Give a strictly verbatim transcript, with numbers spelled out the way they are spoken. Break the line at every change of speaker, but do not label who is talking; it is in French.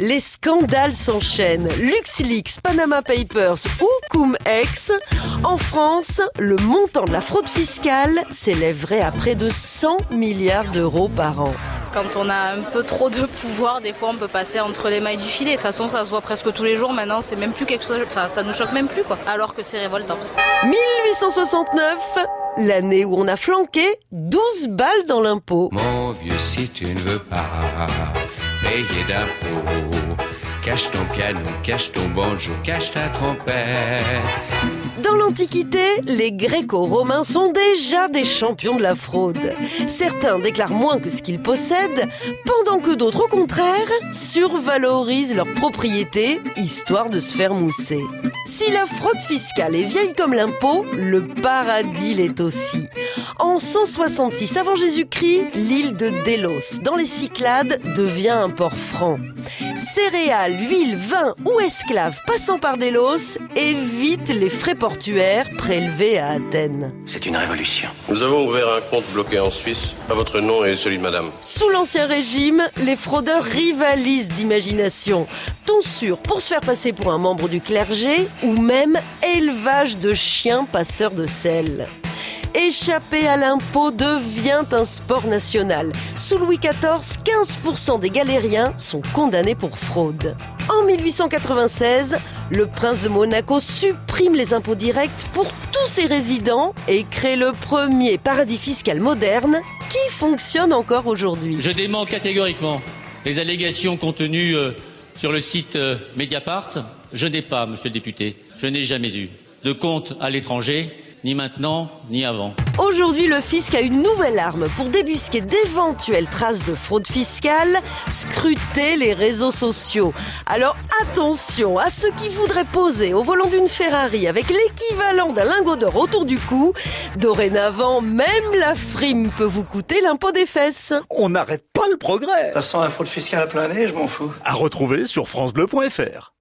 Les scandales s'enchaînent. LuxLeaks, Panama Papers ou Cum-Ex. En France, le montant de la fraude fiscale s'élèverait à près de cent milliards d'euros par an.
Quand on a un peu trop de pouvoir, des fois on peut passer entre les mailles du filet. De toute façon, ça se voit presque tous les jours. Maintenant, c'est même plus quelque chose. Enfin, ça nous choque même plus, quoi. Alors que c'est révoltant.
mille huit cent soixante-neuf, l'année où on a flanqué douze balles dans l'impôt.
Mon vieux, si tu ne veux pas payer d'impôts, cache ton piano, cache ton banjo, cache ta trompette.
Dans l'Antiquité, les Gréco-Romains sont déjà des champions de la fraude. Certains déclarent moins que ce qu'ils possèdent, pendant que d'autres, au contraire, survalorisent leurs propriétés, histoire de se faire mousser. Si la fraude fiscale est vieille comme l'impôt, le paradis l'est aussi. En cent soixante-six avant Jésus-Christ, l'île de Délos, dans les Cyclades, devient un port franc. Céréales, huile, vin ou esclaves passant par Délos évitent les frais portuaires prélevés à Athènes.
C'est une révolution.
Nous avons ouvert un compte bloqué en Suisse, à votre nom et celui de madame.
Sous l'Ancien Régime, les fraudeurs rivalisent d'imagination. Tonsure pour se faire passer pour un membre du clergé ou même élevage de chiens passeurs de sel. Échapper à l'impôt devient un sport national. Sous Louis quatorze, quinze pour cent des galériens sont condamnés pour fraude. En mille huit cent quatre-vingt-seize, le prince de Monaco supprime les impôts directs pour tous ses résidents et crée le premier paradis fiscal moderne qui fonctionne encore aujourd'hui.
Je dément catégoriquement les allégations contenues euh, sur le site euh, Mediapart. Je n'ai pas, monsieur le député, je n'ai jamais eu de compte à l'étranger, ni maintenant, ni avant.
Aujourd'hui, le fisc a une nouvelle arme pour débusquer d'éventuelles traces de fraude fiscale, scruter les réseaux sociaux. Alors attention à ceux qui voudraient poser au volant d'une Ferrari avec l'équivalent d'un lingot d'or autour du cou. Dorénavant, même la frime peut vous coûter l'impôt des fesses.
On n'arrête pas le progrès.
Ça sent la fraude fiscale à plein nez, je m'en fous.
À retrouver sur francebleu point fr.